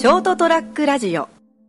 ショートトラックラジオ。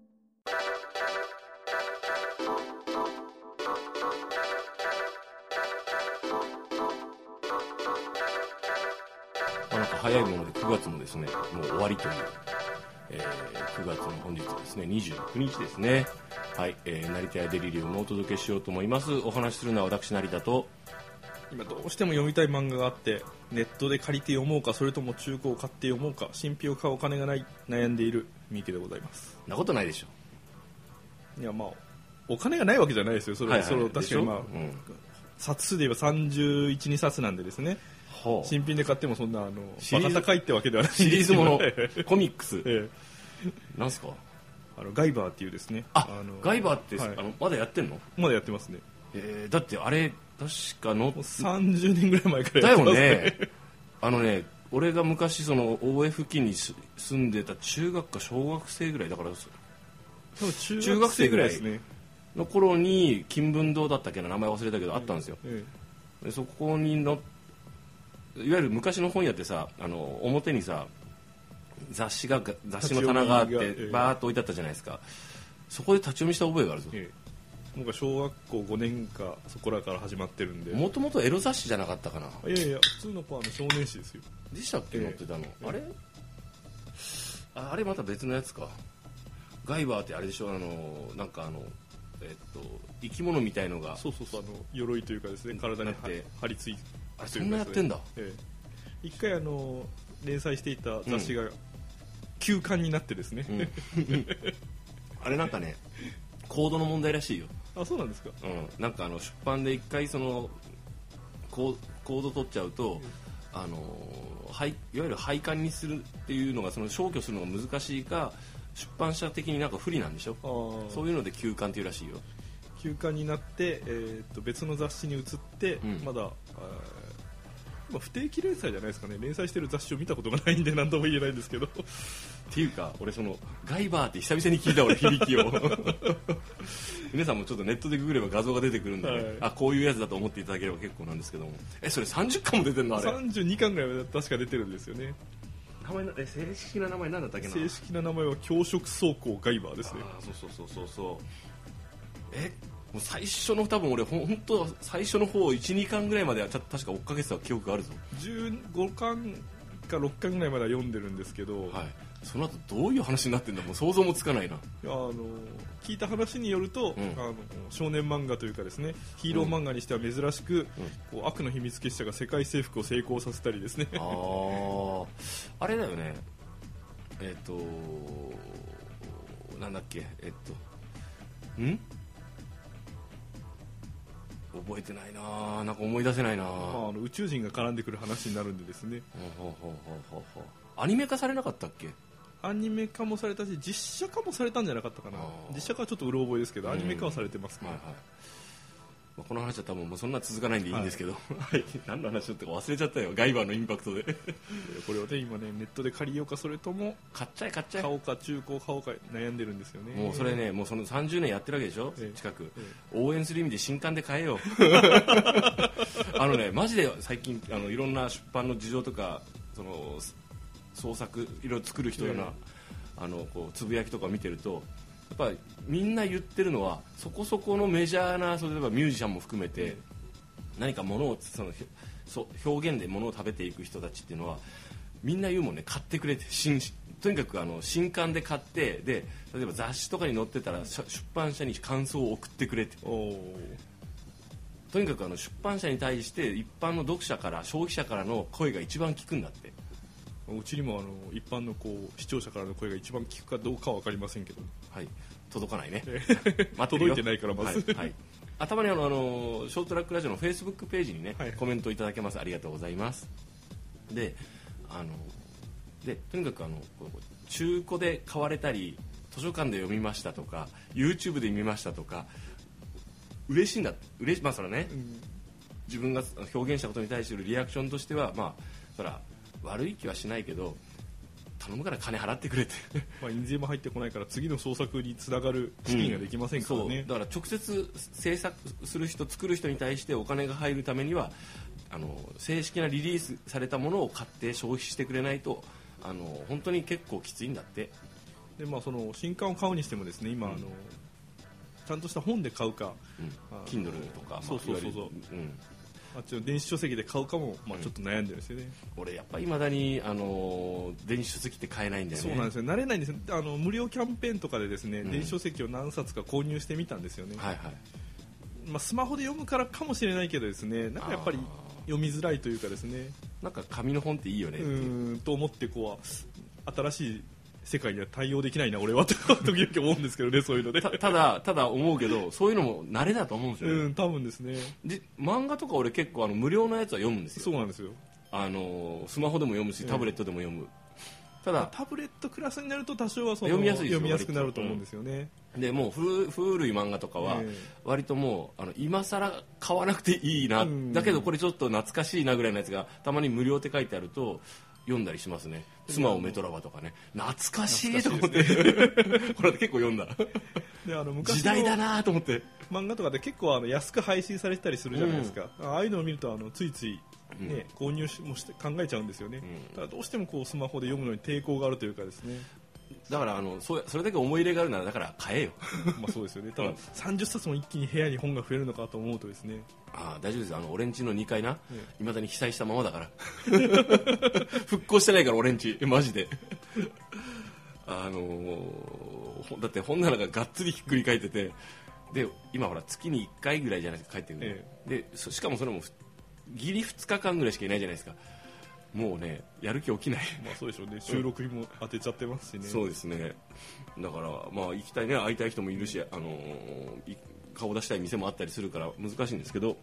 なんか早いもので9月もですね、もう終わりという、9月の本日はですね、29日ですね。はい、成田屋デリリウムをお届けしようと思います。お話しするのは私成田と、 今どうしても読みたい漫画があってネットで借りて読もうか、それとも中古を買って読もうか、新品を買うお金がない悩んでいる三池でございます。 なことないでしょ。 いや、まあお金がないわけじゃないですよ。それ、 はいはい、 それ確かに、まあ、冊数で言えば31、2冊なんでですね、新品で買ってもそんなバカ高いってわけではないシリーズものコミックス、なんすか、 ガイバーっていうですね、 ガイバーって、 はい、 まだやってんの？ まだやってますね。 だってあれ確かの 30年ぐらい前からやってますね。 だよね。俺が昔その大江付近に住んでた中学か小学生ぐらいだから、 多分中学生ぐらいですねの頃に金文堂だったっけな、名前忘れたけどあったんですよ。でそこにいわゆる昔の本屋ってさ、表にさ雑誌の棚があってバーッと置いてあったじゃないですか。そこで立ち読みした覚えがあるぞ。 僕は小学校5年かそこらから始まってるんで。 もともとエロ雑誌じゃなかったかな。 いやいや、普通の子は少年誌ですよ。 でしたっけ、載ってたの。あれまた別のやつか。ガイバーってあれでしょ、なんか生き物みたいのが、 そう鎧というかですね、体に張り付いて、 あれそんなやってんだ。 一回連載していた雑誌が休刊になってですね、 あれなんかね、コードの問題らしいよ。 あ、そうなんですか。 なんか出版で一回そのコード取っちゃうと、いわゆる廃刊にするっていうのが、その消去するのが難しいか、出版社的になんか不利なんでしょ。そういうので休刊っていうらしいよ。 休刊になって、別の雑誌に移って、まだ不定期連載じゃないですかね。連載してる雑誌を見たことがないんで何とも言えないんですけど。 っていうか、俺そのガイバーって久々に聞いた俺響きを皆さんもちょっとネットでググれば画像が出てくるんで、ね、こういうやつだと思っていただければ結構なんですけども、それ30巻も出てるの？あれ 32巻ぐらいは確か出てるんですよね。 名前正式な名前なんだったっけな。 正式な名前は強食走行ガイバーですね。 そうもう最初の多分俺本当最初の方 1,2 巻ぐらいまでは確か追っかけてた記憶があるぞ。 15巻か6巻ぐらいまでは読んでるんですけど、 その後どういう話になってんだ、もう想像もつかないな。 聞いた話によると、少年漫画というかですね、ヒーロー漫画にしては珍しく、こう悪の秘密結社が世界征服を成功させたりですね。 あれだよね、なんだっけ、覚えてないな、なんか思い出せないな。 宇宙人が絡んでくる話になるんでですね。 アニメ化されなかったっけ？ アニメ化もされたし、実写化もされたんじゃなかったかな。実写化はちょっとうろ覚えですけど、アニメ化はされてますね。 この話は多分もうそんな続かないんでいいんですけど、何の話だったか忘れちゃったよ、ガイバーのインパクトでこれをね、今ね、ネットで借りようか、それとも買っちゃえ買おうか、中古買おうか悩んでるんですよね。 もうそれね、もうその30年やってるわけでしょ、近く、応援する意味で新刊で買えよマジで最近いろんな出版の事情とか、その創作いろいろ作る人ような、こうつぶやきとか見てると、やっぱりみんな言ってるのは、そこそこのメジャーな、例えばミュージシャンも含めて、何か物を表現で物を食べていく人たちっていうのはみんな言うもんね、買ってくれて、とにかく新刊で買って、で例えば雑誌とかに載ってたら出版社に感想を送ってくれて、とにかく出版社に対して一般の読者から消費者からの声が一番聞くんだって。 うちにも一般の視聴者からの声が一番聞くかどうかは分かりませんけど、 届かないね届いてないからまず、 たまにショートトラックラジオのフェイスブックページにね、コメントいただけます。ありがとうございます。でとにかく中古で買われたり、図書館で読みましたとか YouTube で見ましたとか嬉しいんだ。それね、自分が表現したことに対するリアクションとしては、そら悪い気はしないけど、頼むから金払ってくれって印税も入ってこないから次の創作につながる資金ができませんからね。 だから直接制作する人、作る人に対してお金が入るためには、正式なリリースされたものを買って消費してくれないと、本当に結構きついんだって。 で、その新刊を買うにしてもですね、今、ちゃんとした本で買うか、 Kindle とか、 そう、あっちの電子書籍で買うかも、ちょっと悩んでるんですよね。 俺やっぱり未だに電子書籍って買えないんだよね。 そうなんですよ、慣れないんですよ。無料キャンペーンとかでですね、電子書籍を何冊か購入してみたんですよね。 はいはい。 スマホで読むからかもしれないけどですね、なんかやっぱり読みづらいというかですね、 なんか紙の本っていいよねと思って、新しい世界には対応できないな俺はと時々思うんですけどね、そういうので。 ただ思うけど、そういうのも慣れだと思うんですよね。 多分ですね。 漫画とか俺結構無料のやつは読むんですよ。 そうなんですよ。 スマホでも読むしタブレットでも読む。ただタブレットクラスになると多少は読みやすくなると思うんですよね。 でもう古い漫画とかは割ともう今更買わなくていいな、だけどこれちょっと懐かしいなぐらいのやつがたまに無料って書いてあると読んだりしますね。妻をメトラバとかね、懐かしいと思ってこれ結構読んだ。で昔時代だなと思って。 漫画とかで結構安く配信されてたりするじゃないですか、ああいうのを見るとついつい購入もして考えちゃうんですよね。ただどうしてもスマホで読むのに抵抗があるというかですね。 だからそれだけ思い入れがあるならだから買えよ。 そうですよね。ただ30冊も一気に部屋に本が増えるのかと思うとですね。 大丈夫です。俺んちの2階な、未だに被災したままだから復興してないから俺んちマジでだって本棚ががっつりひっくり返ってて、で今ほら月に1回ぐらいじゃないですか帰ってくる、でしかもそれもギリ2日間ぐらいしかいないじゃないですか。もうねやる気起きない。 そうでしょうね。収録にも当てちゃってますしね。 そうですね。だから行きたいね、会いたい人もいるし、顔出したい店もあったりするから難しいんですけど、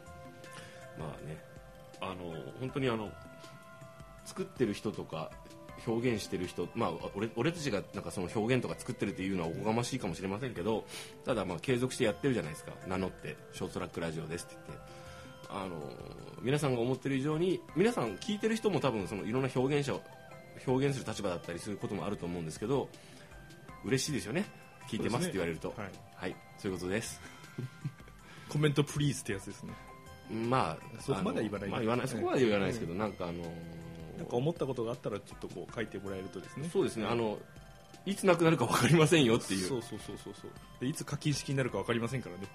本当に作ってる人とか表現してる人、俺たちがなんかその表現とか作ってるっていうのはおこがましいかもしれませんけど、ただ継続してやってるじゃないですか。名乗ってショートトラックラジオですって言って、皆さんが思ってる以上に皆さん聞いてる人も多分そのいろんな表現者を表現する立場だったりすることもあると思うんですけど、嬉しいですよね。聞いてますって言われると、はい、そういうことです。 コメントプリーズってやつですね。そこまでは言わない。 そこまで言わないですけど、なんか思ったことがあったらちょっと書いてもらえるとですね。 そうですね。いつなくなるか分かりませんよっていう。 そうでいつ課金式になるか分かりませんからね。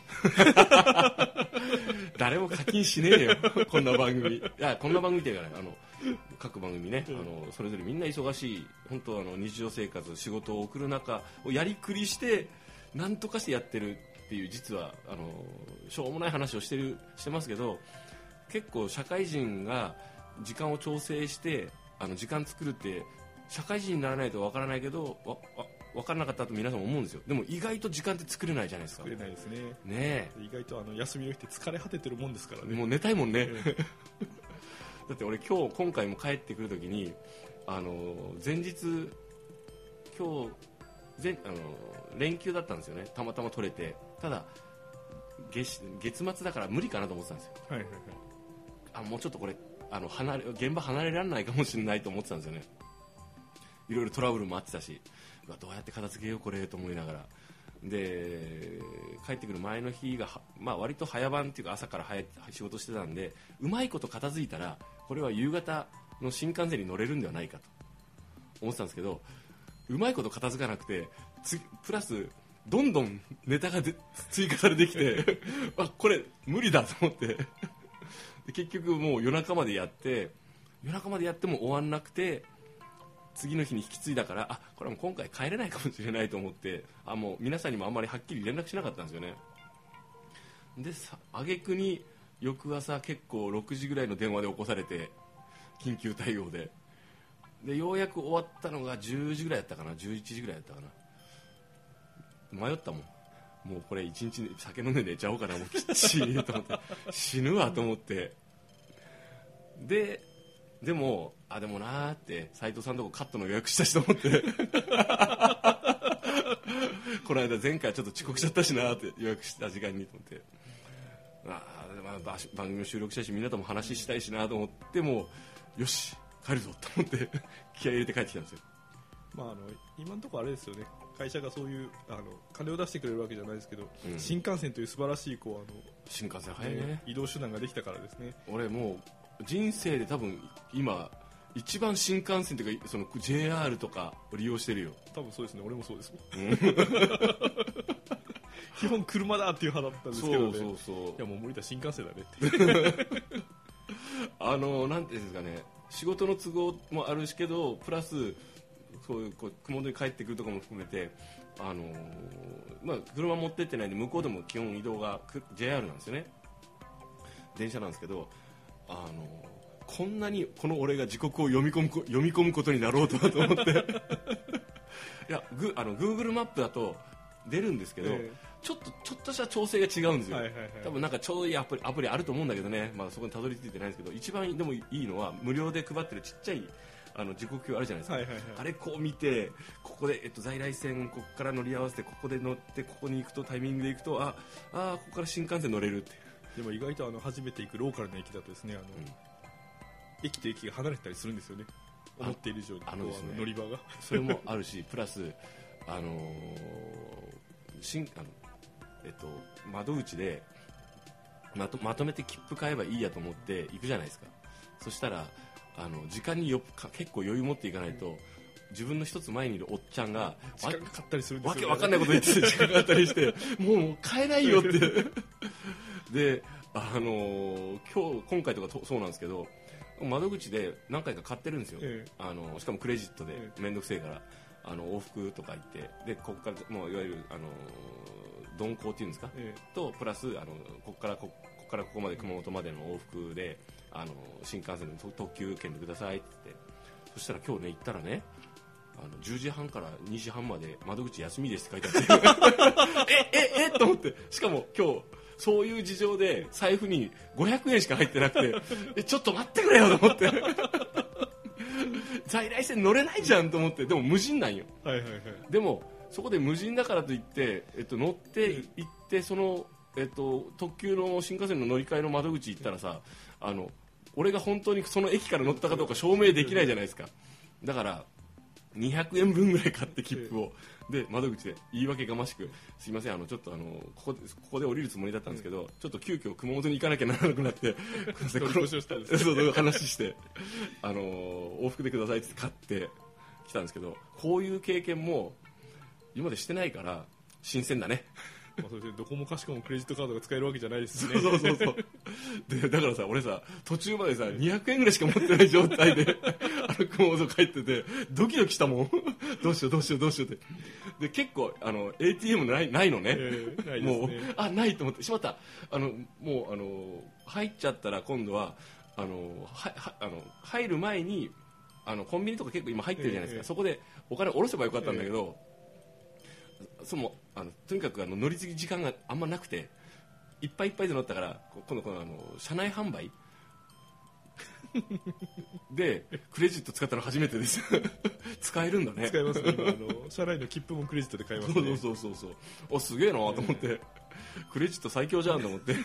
誰も課金しねえよこんな番組。こんな番組っていうかね、各番組ね、それぞれみんな忙しい、本当日常生活仕事を送る中をやりくりして何とかしてやってるっていう、実はしょうもない話をしてますけど、結構社会人が時間を調整して時間作るって社会人にならないと分からないけど分からなかったと皆さんも思うんですよ。でも意外と時間って作れないじゃないですか。 作れないですね。 ね意外と休みの日って疲れ果ててるもんですからね。 もう寝たいもんね。だって俺今回も帰ってくるときに前日連休だったんですよね。たまたま取れて、ただ月末だから無理かなと思ってたんですよ。もうちょっとこれ現場離れられないかもしれないと思ってたんですよね。いろいろトラブルもあってたし、どうやって片付けようこれと思いながら、で帰ってくる前の日が割と早番っていうか朝から仕事してたんで、うまいこと片付いたらこれは夕方の新幹線に乗れるんではないかと思ってたんですけど、うまいこと片付かなくてプラスどんどんネタが追加されてきてこれ無理だと思ってで結局もう夜中までやっても終わんなくて、次の日に引き継いだからこれはもう今回帰れないかもしれないと思って、もう皆さんにもあんまりはっきり連絡しなかったんですよね。で挙句に翌朝結構6時ぐらいの電話で起こされて、緊急対応でようやく終わったのが10時ぐらいだったかな、11時ぐらいだったかな。迷ったもん。もうこれ一日酒飲んで寝ちゃおうかな、もうきっちりと思って死ぬわと思って、でもでもなーって斉藤さんのとこカットの予約したしと思ってこの間前回ちょっと遅刻しちゃったしなーって予約した時間にと思って、番組を収録したしみんなとも話したいしなと思って、もうよし帰るぞと思って気合い入れて帰ってきたんですよ。 今のところあれですよね、会社がそういう金を出してくれるわけじゃないですけど、新幹線という素晴らしい新幹線早いね、 移動手段ができたからですね。 俺もう人生で多分今一番新幹線というかその JR とかを利用してるよ。 多分そうですね、俺もそうですもん基本車だっていう派だったんですけどね。 そういやもう無理だ、新幹線だねってなんていうんですかね、仕事の都合もあるしけどプラスそういう熊本に帰ってくるとかも含めて車持ってってないんで向こうでも基本移動が JR なんですよね。電車なんですけどこんなにこの俺が時刻を読み込むことになろうとはと思っていやGoogle マップだと出るんですけど、ちょっとした調整が違うんですよ、多分なんかちょうどいいアプリあると思うんだけどね、まだそこにたどり着いてないんですけど、一番でもいいのは無料で配ってるちっちゃい時刻表あるじゃないですか、あれこう見てここで、在来線ここから乗り合わせてここで乗ってここに行くとタイミングで行くとここから新幹線乗れるって。 でも意外と初めて行くローカルな駅だとですね駅と駅が離れてたりするんですよね、思っている以上に乗り場がそれもあるしプラス窓口でまとめて切符買えばいいやと思って行くじゃないですか。そしたら時間に結構余裕持っていかないと、自分の一つ前にいるおっちゃんが時間かかったりするんですよ、ね、 わけわかんないこと言って時間かかったりしてもう買えないよってで今回とかそうなんですけど、窓口で何回か買ってるんですよ、しかもクレジットで面倒くせえから往復とか行ってでここからもういわゆる鈍行っていうんですか、とプラスここからここまで熊本までの往復で新幹線の特急券でくださいって言って、そしたら今日ね行ったらね10時半から2時半まで窓口休みですって書いてあってと思って、しかも今日そういう事情で財布に500円しか入ってなくてちょっと待ってくれよと思って在来線乗れないじゃんと思って、でも無人なんよ、でもそこで無人だからといって、乗って行ってその、特急の新幹線の乗り換えの窓口行ったらさ俺が本当にその駅から乗ったかどうか証明できないじゃないですか。だから200円分ぐらい買って切符をで窓口で言い訳がましく、すいませんちょっとここで降りるつもりだったんですけど、ちょっと急遽熊本に行かなきゃならなくなって話して往復でくださいって買ってきたんですけど、こういう経験も今までしてないから新鮮だねそれでどこもかしこもクレジットカードが使えるわけじゃないですね。 そうでだからさ俺さ途中までさ200円ぐらいしか持ってない状態で熊本帰っててドキドキしたもんどうしようってで結構ATM ないのね、 ないですね、 もうないと思ってしまった。もう入っちゃったら今度は入る前にコンビニとか結構今入ってるじゃないですか、そこでお金下ろせばよかったんだけど、とにかく乗り継ぎ時間があんまなくていっぱいで乗ったから、今度車内販売でクレジット使ったの初めてです使えるんだね。 使えますね車内の切符もクレジットで買えますね。 そうすげえなと思って、クレジット最強じゃんと思って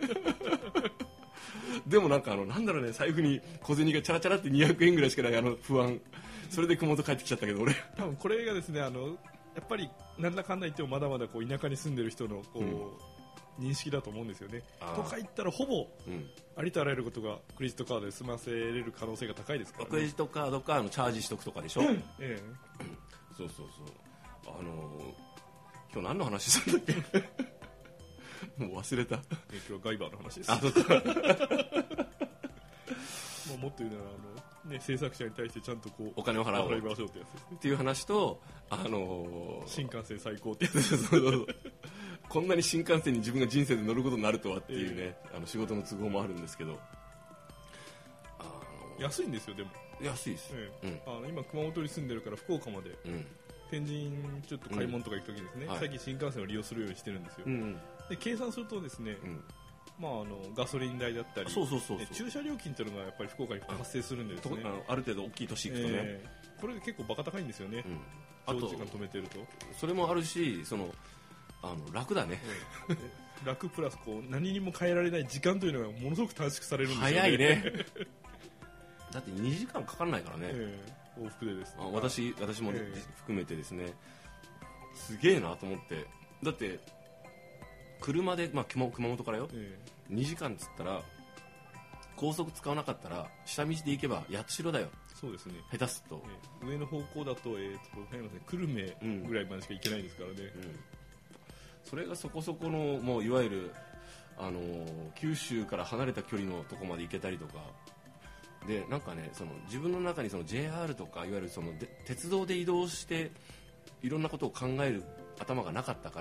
でもなんかなんだろうね、財布に小銭がチャラチャラって200円ぐらいしかない不安、それで熊本帰ってきちゃったけど俺多分これがですねやっぱりなんだかんだ言ってもまだまだ田舎に住んでる人の認識だと思うんですよね。都会行ったらほぼありとあらゆることがクレジットカードで済ませれる可能性が高いですからね。 クレジットカードかチャージしとくとかでしょそう今日何の話したんだっけもう忘れた。 今日はガイバーの話です。もっと言うなら制作者に対してちゃんとお金を払おうましょうってやつですね。 っていう話と新幹線最高ってやつそうこんなに新幹線に自分が人生で乗ることになるとはっていうね、仕事の都合もあるんですけど安いんですよ。でも安いです、 今熊本に住んでるから福岡まで、天神ちょっと買い物とか行くときですね、最近新幹線を利用するようにしてるんですよ、で計算するとですね、ガソリン代だったり駐車料金というのがやっぱり福岡に発生するんでですね、 ある程度大きい都市行くとね、 これで結構バカ高いんですよね、長時間止めてると。 それもあるし楽だね、 楽プラス何にも変えられない時間というのがものすごく短縮されるんですよね。 早いねだって2時間かかんないからね、 往復でですね。 私も含めてですね、すげえなと思って。だって車で、熊本からよ、2時間っつったら高速使わなかったら下道で行けば八代だよ。 そうですね、 下手すと、 上の方向だと、久留米ぐらいまでしか行けないですからね、 それがそこそこのもういわゆる、九州から離れた距離のとこまで行けたりとかで、なんかね、その自分の中にその JR とかいわゆるその鉄道で移動していろんなことを考える頭がなかったから、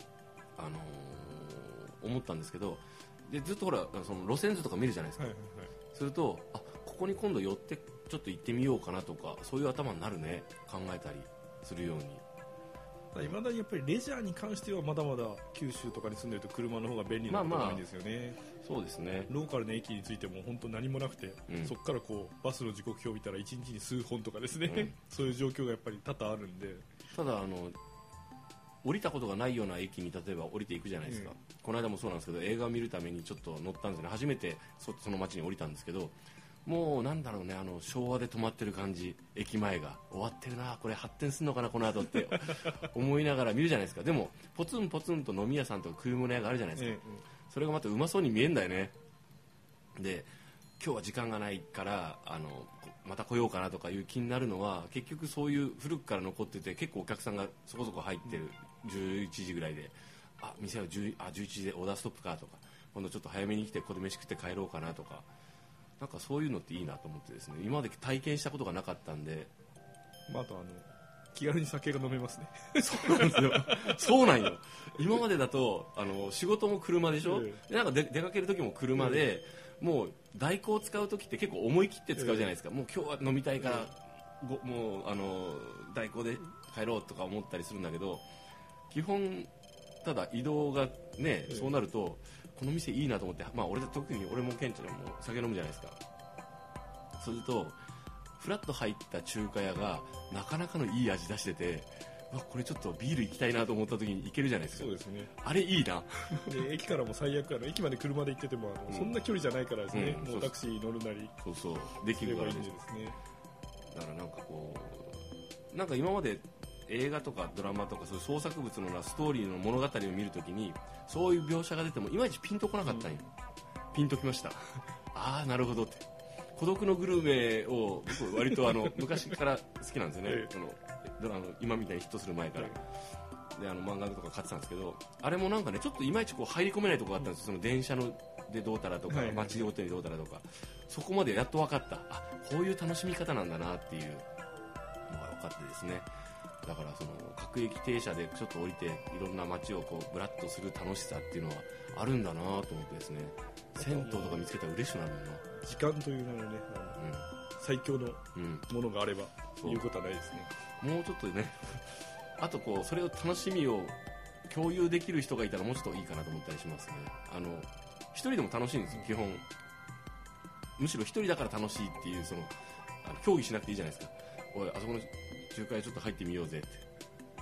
思ったんですけど、でずっとほらその路線図とか見るじゃないですか、するとここに今度寄ってちょっと行ってみようかなとか、そういう頭になるね、考えたりするように。 いまだにやっぱりレジャーに関してはまだまだ九州とかに住んでると車の方が便利なことが多いんですよね。 そうですね。 ローカルな駅についても本当何もなくて、そこからこうバスの時刻表を見たら1日に数本とかですね、そういう状況がやっぱり多々あるんで。 ただ降りたことがないような駅に例えば降りていくじゃないですか、この間もそうなんですけど、映画を見るためにちょっと乗ったんですよね。初めてその街に降りたんですけど、もうなんだろうね、昭和で止まってる感じ、駅前が終わってるな、これ発展するのかなこの後って思いながら見るじゃないですか。でもポツンポツンと飲み屋さんとか食い物屋があるじゃないですか、それがまたうまそうに見えるんだよね。で今日は時間がないからまた来ようかなとかいう気になるのは、結局そういう古くから残ってて結構お客さんがそこそこ入ってる、11時ぐらいで、店は11時でオーダーストップかとか、今度ちょっと早めに来てここで飯食って帰ろうかなとか、なんかそういうのっていいなと思ってですね、今まで体験したことがなかったんで、 あと気軽に酒が飲めますね。 そうなんですよ。そうなんよ。今までだと仕事も車でしょ、でなんか出かける時も車で、もう代行を使う時って結構思い切って使うじゃないですか、もう今日は飲みたいから、もう代行で帰ろうとか思ったりするんだけど、基本ただ移動がね、そうなるとこの店いいなと思って、特に俺もケンちゃんも酒飲むじゃないですか。そうするとフラッと入った中華屋がなかなかのいい味出してて、これちょっとビール行きたいなと思った時に行けるじゃないですか。 そうですね。 あれいいな。 で駅からも最悪駅まで車で行っててもそんな距離じゃないからですね、もうタクシー乗るなりできるからですね。 だからなんか今まで映画とかドラマとかそういう創作物のストーリーの物語を見るときにそういう描写が出てもいまいちピンとこなかったんよ、ピンときました。なるほどって。孤独のグルメを僕割と昔から好きなんですよね、今みたいにヒットする前から、で漫画とか買ってたんですけど、あれもなんかねちょっといまいち入り込めないところがあったんですよ。その電車でどうたらとか、街ごとにどうたらとか、そこまでやっと分かった。こういう楽しみ方なんだなっていうのが分かってですね。だから各駅停車でちょっと降りていろんな街をブラッとする楽しさっていうのはあるんだなと思ってですね、銭湯とか見つけたら嬉しくなるんだな。 時間という名のね、最強のものがあれば言うことはないですね。 もうちょっとねあとそれを楽しみを共有できる人がいたらもうちょっといいかなと思ったりしますね。一人でも楽しいんですよ基本。むしろ一人だから楽しいっていう協議しなくていいじゃないですか。おいあそこの中華屋ちょっと入ってみようぜって。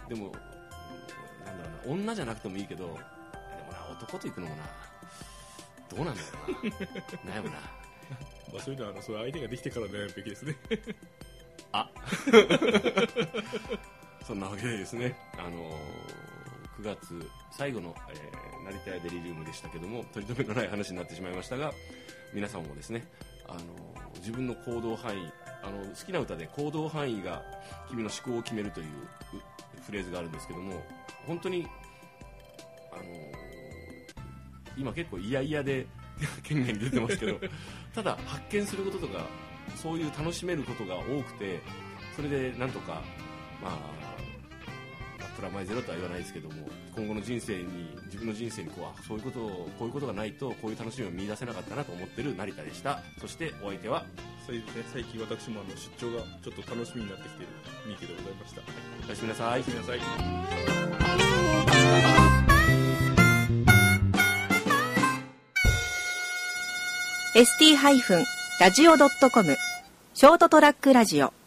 でもなんだろうな、女じゃなくてもいいけど、でもな男と行くのもなどうなんだろうな悩むな。 そういうのはそういう相手ができてから悩むべきですね。 そんなわけでですね、9月最後の、成田屋デリリウムでしたけども、取り留めのない話になってしまいましたが、皆さんもですね、自分の行動範囲、好きな歌で行動範囲が君の思考を決めるというフレーズがあるんですけども、本当に今結構嫌々で県外に出てますけどただ発見することとかそういう楽しめることが多くて、それでなんとかプラマイゼロとは言わないですけども、今後の人生に自分の人生にこういうことがないとこういう楽しみを見出せなかったなと思ってる成田でした。そしてお相手は最近私も出張がちょっと楽しみになってきている三池でございました。 おやすみなさい。 おやすみなさい。 ST-radio.com ショートトラックラジオ